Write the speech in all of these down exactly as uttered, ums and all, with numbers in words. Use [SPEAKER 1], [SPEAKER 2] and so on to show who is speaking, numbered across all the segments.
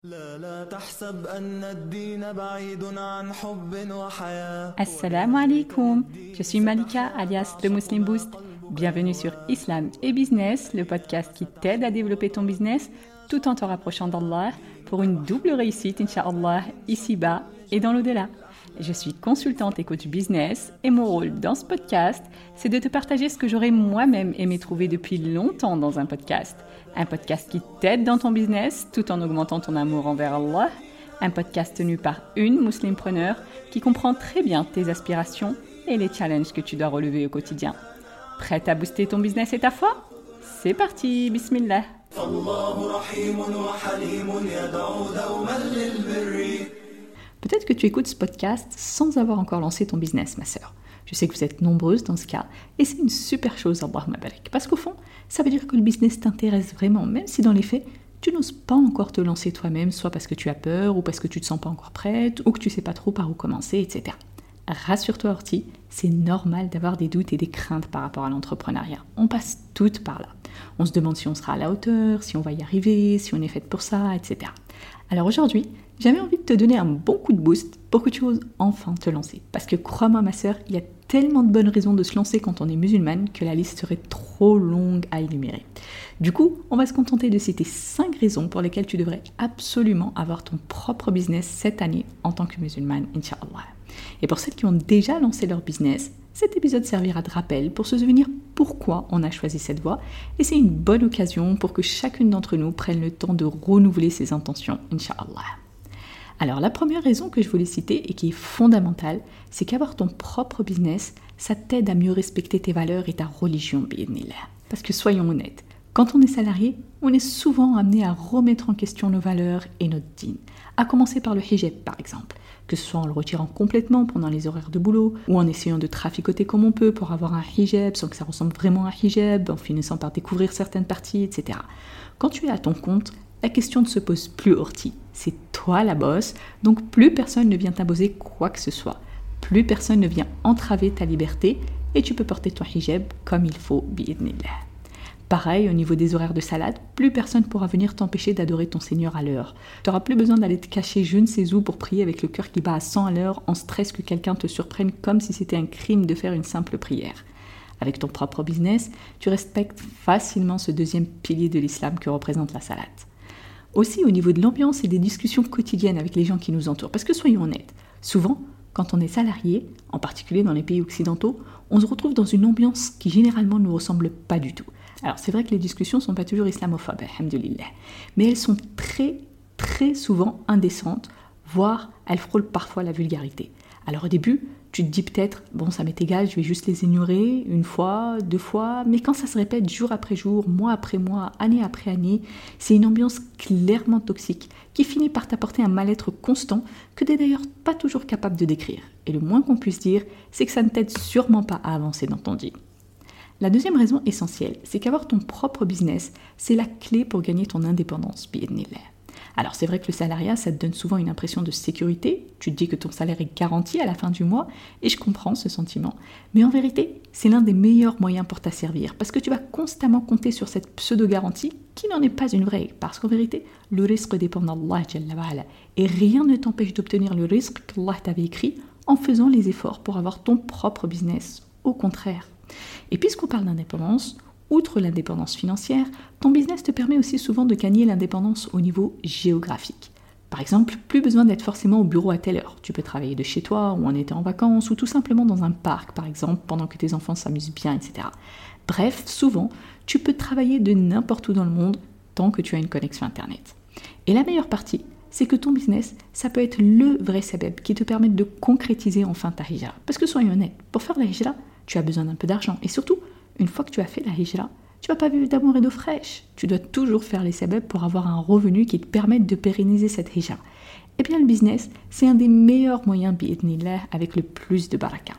[SPEAKER 1] Assalamu alaikum, je suis Malika alias The Muslim Boost. Bienvenue sur Islam et Business, le podcast qui t'aide à développer ton business tout en te rapprochant d'Allah pour une double réussite, Inch'Allah, ici-bas et dans l'au-delà. Je suis consultante et coach business et mon rôle dans ce podcast, c'est de te partager ce que j'aurais moi-même aimé trouver depuis longtemps dans un podcast. Un podcast qui t'aide dans ton business tout en augmentant ton amour envers Allah. Un podcast tenu par une muslimpreneur qui comprend très bien tes aspirations et les challenges que tu dois relever au quotidien. Prête à booster ton business et ta foi ? C'est parti, bismillah. Peut-être que tu écoutes ce podcast sans avoir encore lancé ton business, ma sœur. Je sais que vous êtes nombreuses dans ce cas, et c'est une super chose, Allahumma barik. Parce qu'au fond, ça veut dire que le business t'intéresse vraiment, même si dans les faits, tu n'oses pas encore te lancer toi-même, soit parce que tu as peur, ou parce que tu ne te sens pas encore prête, ou que tu ne sais pas trop par où commencer, et cetera. Rassure-toi, Horty, c'est normal d'avoir des doutes et des craintes par rapport à l'entrepreneuriat. On passe toutes par là. On se demande si on sera à la hauteur, si on va y arriver, si on est faite pour ça, et cetera. Alors aujourd'hui, j'avais envie de te donner un bon coup de boost pour que tu oses enfin te lancer. Parce que crois-moi ma sœur, il y a tellement de bonnes raisons de se lancer quand on est musulmane que la liste serait trop longue à énumérer. Du coup, on va se contenter de citer cinq raisons pour lesquelles tu devrais absolument avoir ton propre business cette année en tant que musulmane, Inch'Allah. Et pour celles qui ont déjà lancé leur business, cet épisode servira de rappel pour se souvenir pourquoi on a choisi cette voie et c'est une bonne occasion pour que chacune d'entre nous prenne le temps de renouveler ses intentions, Inch'Allah. Alors la première raison que je voulais citer et qui est fondamentale, c'est qu'avoir ton propre business, ça t'aide à mieux respecter tes valeurs et ta religion, bi'idhnillah. Parce que soyons honnêtes, quand on est salarié, on est souvent amené à remettre en question nos valeurs et notre dîn. À commencer par le hijab par exemple, que ce soit en le retirant complètement pendant les horaires de boulot, ou en essayant de traficoter comme on peut pour avoir un hijab sans que ça ressemble vraiment à un hijab, en finissant par découvrir certaines parties, et cetera. Quand tu es à ton compte, la question ne se pose plus, Horty. C'est toi la boss, donc plus personne ne vient t'imposer quoi que ce soit. Plus personne ne vient entraver ta liberté et tu peux porter ton hijab comme il faut, bi'idhnillah. Pareil, au niveau des horaires de salade, plus personne pourra venir t'empêcher d'adorer ton Seigneur à l'heure. Tu n'auras plus besoin d'aller te cacher je ne sais où pour prier avec le cœur qui bat à cent à l'heure en stress que quelqu'un te surprenne comme si c'était un crime de faire une simple prière. Avec ton propre business, tu respectes facilement ce deuxième pilier de l'islam que représente la salade. Aussi au niveau de l'ambiance et des discussions quotidiennes avec les gens qui nous entourent. Parce que soyons honnêtes, souvent, quand on est salarié, en particulier dans les pays occidentaux, on se retrouve dans une ambiance qui généralement ne nous ressemble pas du tout. Alors c'est vrai que les discussions ne sont pas toujours islamophobes, alhamdoulilah, mais elles sont très très souvent indécentes, voire elles frôlent parfois la vulgarité. Alors au début, tu te dis peut-être, bon ça m'est égal, je vais juste les ignorer une fois, deux fois, mais quand ça se répète jour après jour, mois après mois, année après année, c'est une ambiance clairement toxique qui finit par t'apporter un mal-être constant que tu n'es d'ailleurs pas toujours capable de décrire. Et le moins qu'on puisse dire, c'est que ça ne t'aide sûrement pas à avancer dans ton dîn. La deuxième raison essentielle, c'est qu'avoir ton propre business, c'est la clé pour gagner ton indépendance, bi'idhnillah. Alors c'est vrai que le salariat, ça te donne souvent une impression de sécurité, tu te dis que ton salaire est garanti à la fin du mois, et je comprends ce sentiment. Mais en vérité, c'est l'un des meilleurs moyens pour t'asservir, parce que tu vas constamment compter sur cette pseudo-garantie qui n'en est pas une vraie, parce qu'en vérité, le risque dépend d'Allah, Jalla wa Ala, et rien ne t'empêche d'obtenir le risque qu'Allah t'avait écrit en faisant les efforts pour avoir ton propre business, au contraire. Et puisqu'on parle d'indépendance, outre l'indépendance financière, ton business te permet aussi souvent de gagner l'indépendance au niveau géographique. Par exemple, plus besoin d'être forcément au bureau à telle heure. Tu peux travailler de chez toi ou en été en vacances ou tout simplement dans un parc, par exemple, pendant que tes enfants s'amusent bien, et cetera. Bref, souvent, tu peux travailler de n'importe où dans le monde tant que tu as une connexion Internet. Et la meilleure partie, c'est que ton business, ça peut être le vrai sabab qui te permet de concrétiser enfin ta hijra. Parce que soyons honnêtes, pour faire la hijra, tu as besoin d'un peu d'argent. Et surtout, une fois que tu as fait la hijra, tu ne vas pas vivre d'amour et d'eau fraîche. Tu dois toujours faire les sabab pour avoir un revenu qui te permette de pérenniser cette hijra. Eh bien, le business, c'est un des meilleurs moyens, bi'idhnillah, avec le plus de baraka.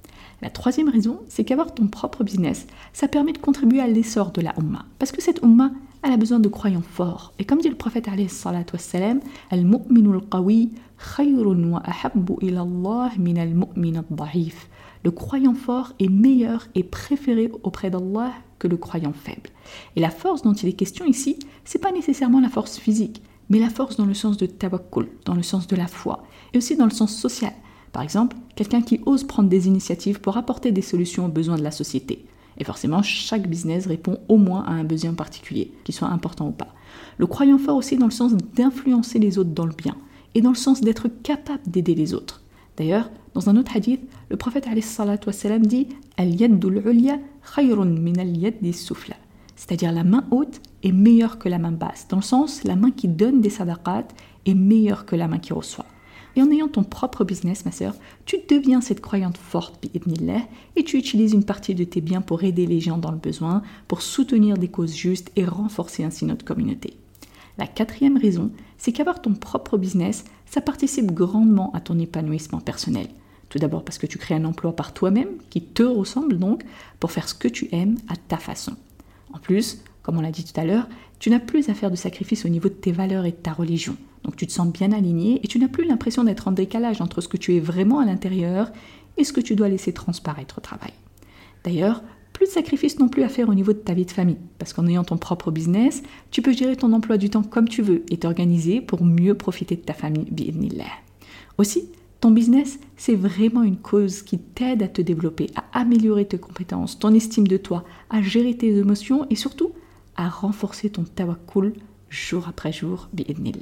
[SPEAKER 1] La troisième raison, c'est qu'avoir ton propre business, ça permet de contribuer à l'essor de la Ummah. Parce que cette Ummah, elle a besoin de croyants forts. Et comme dit le prophète alayhi salatu wassalam, al-mu'minu al-qawi khayrun wa ahabbu ila Allah min al-mu'min al-da'if. Le croyant fort est meilleur et préféré auprès d'Allah que le croyant faible. Et la force dont il est question ici, c'est pas nécessairement la force physique, mais la force dans le sens de tawakkul, dans le sens de la foi, et aussi dans le sens social. Par exemple, quelqu'un qui ose prendre des initiatives pour apporter des solutions aux besoins de la société. Et forcément, chaque business répond au moins à un besoin particulier, qu'il soit important ou pas. Le croyant fort aussi dans le sens d'influencer les autres dans le bien, et dans le sens d'être capable d'aider les autres. D'ailleurs, dans un autre hadith, le prophète alayhi salatu wassalam dit « Al-yaddul ulya khayrun min al-yaddi sufla » c'est-à-dire la main haute est meilleure que la main basse, dans le sens la main qui donne des sadaqat est meilleure que la main qui reçoit. Et en ayant ton propre business, ma sœur, tu deviens cette croyante forte, bi'idnillah, et tu utilises une partie de tes biens pour aider les gens dans le besoin, pour soutenir des causes justes et renforcer ainsi notre communauté. La quatrième raison, c'est qu'avoir ton propre business, ça participe grandement à ton épanouissement personnel. Tout d'abord parce que tu crées un emploi par toi-même, qui te ressemble donc, pour faire ce que tu aimes à ta façon. En plus, comme on l'a dit tout à l'heure, tu n'as plus à faire de sacrifice au niveau de tes valeurs et de ta religion. Donc tu te sens bien aligné et tu n'as plus l'impression d'être en décalage entre ce que tu es vraiment à l'intérieur et ce que tu dois laisser transparaître au travail. D'ailleurs, plus de sacrifice non plus à faire au niveau de ta vie de famille, parce qu'en ayant ton propre business, tu peux gérer ton emploi du temps comme tu veux et t'organiser pour mieux profiter de ta famille, bi'idnillah. Aussi, ton business, c'est vraiment une cause qui t'aide à te développer, à améliorer tes compétences, ton estime de toi, à gérer tes émotions et surtout à renforcer ton tawakkul jour après jour, bi'idnillah.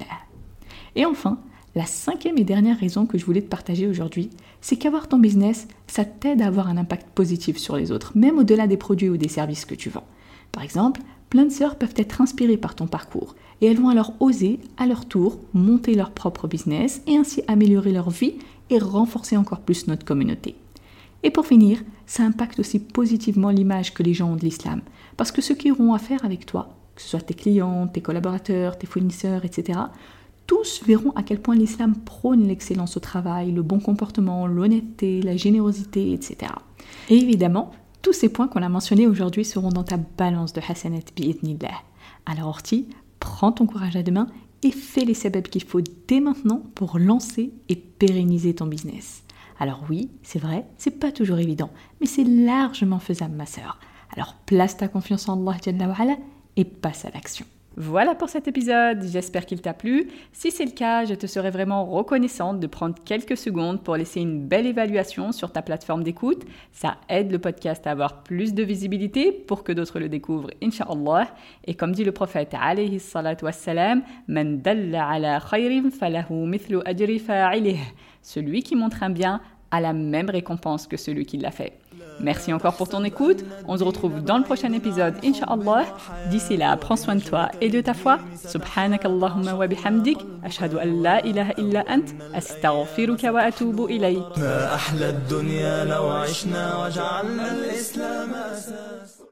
[SPEAKER 1] Et enfin, la cinquième et dernière raison que je voulais te partager aujourd'hui, c'est qu'avoir ton business, ça t'aide à avoir un impact positif sur les autres, même au-delà des produits ou des services que tu vends. Par exemple, plein de sœurs peuvent être inspirées par ton parcours et elles vont alors oser, à leur tour, monter leur propre business et ainsi améliorer leur vie et renforcer encore plus notre communauté. Et pour finir, ça impacte aussi positivement l'image que les gens ont de l'islam, parce que ceux qui auront affaire avec toi, que ce soit tes clients, tes collaborateurs, tes fournisseurs, et cetera, tous verront à quel point l'islam prône l'excellence au travail, le bon comportement, l'honnêteté, la générosité, et cetera. Et évidemment, tous ces points qu'on a mentionnés aujourd'hui seront dans ta balance de hasanat bi'idnillah. Alors Orti, prends ton courage à deux mains et fais les sabab qu'il faut dès maintenant pour lancer et pérenniser ton business. Alors oui, c'est vrai, c'est pas toujours évident, mais c'est largement faisable ma sœur. Alors place ta confiance en Allah Jalla wa Ala et passe à l'action. Voilà pour cet épisode, j'espère qu'il t'a plu. Si c'est le cas, je te serais vraiment reconnaissante de prendre quelques secondes pour laisser une belle évaluation sur ta plateforme d'écoute. Ça aide le podcast à avoir plus de visibilité pour que d'autres le découvrent, Inch'Allah. Et comme dit le prophète, alayhi salatu wassalam, Man dalla ala khayrin falahu mithlu ajri fa'ilih. Celui qui montre un bien a la même récompense que celui qui l'a fait. Merci encore pour ton écoute. On se retrouve dans le prochain épisode, Inch'Allah. D'ici là, prends soin de toi et de ta foi. Subhanakallahumma wa bihamdik. Ashhadu an la ilaha illa ant. Astaghfiruka wa atubu ilayk.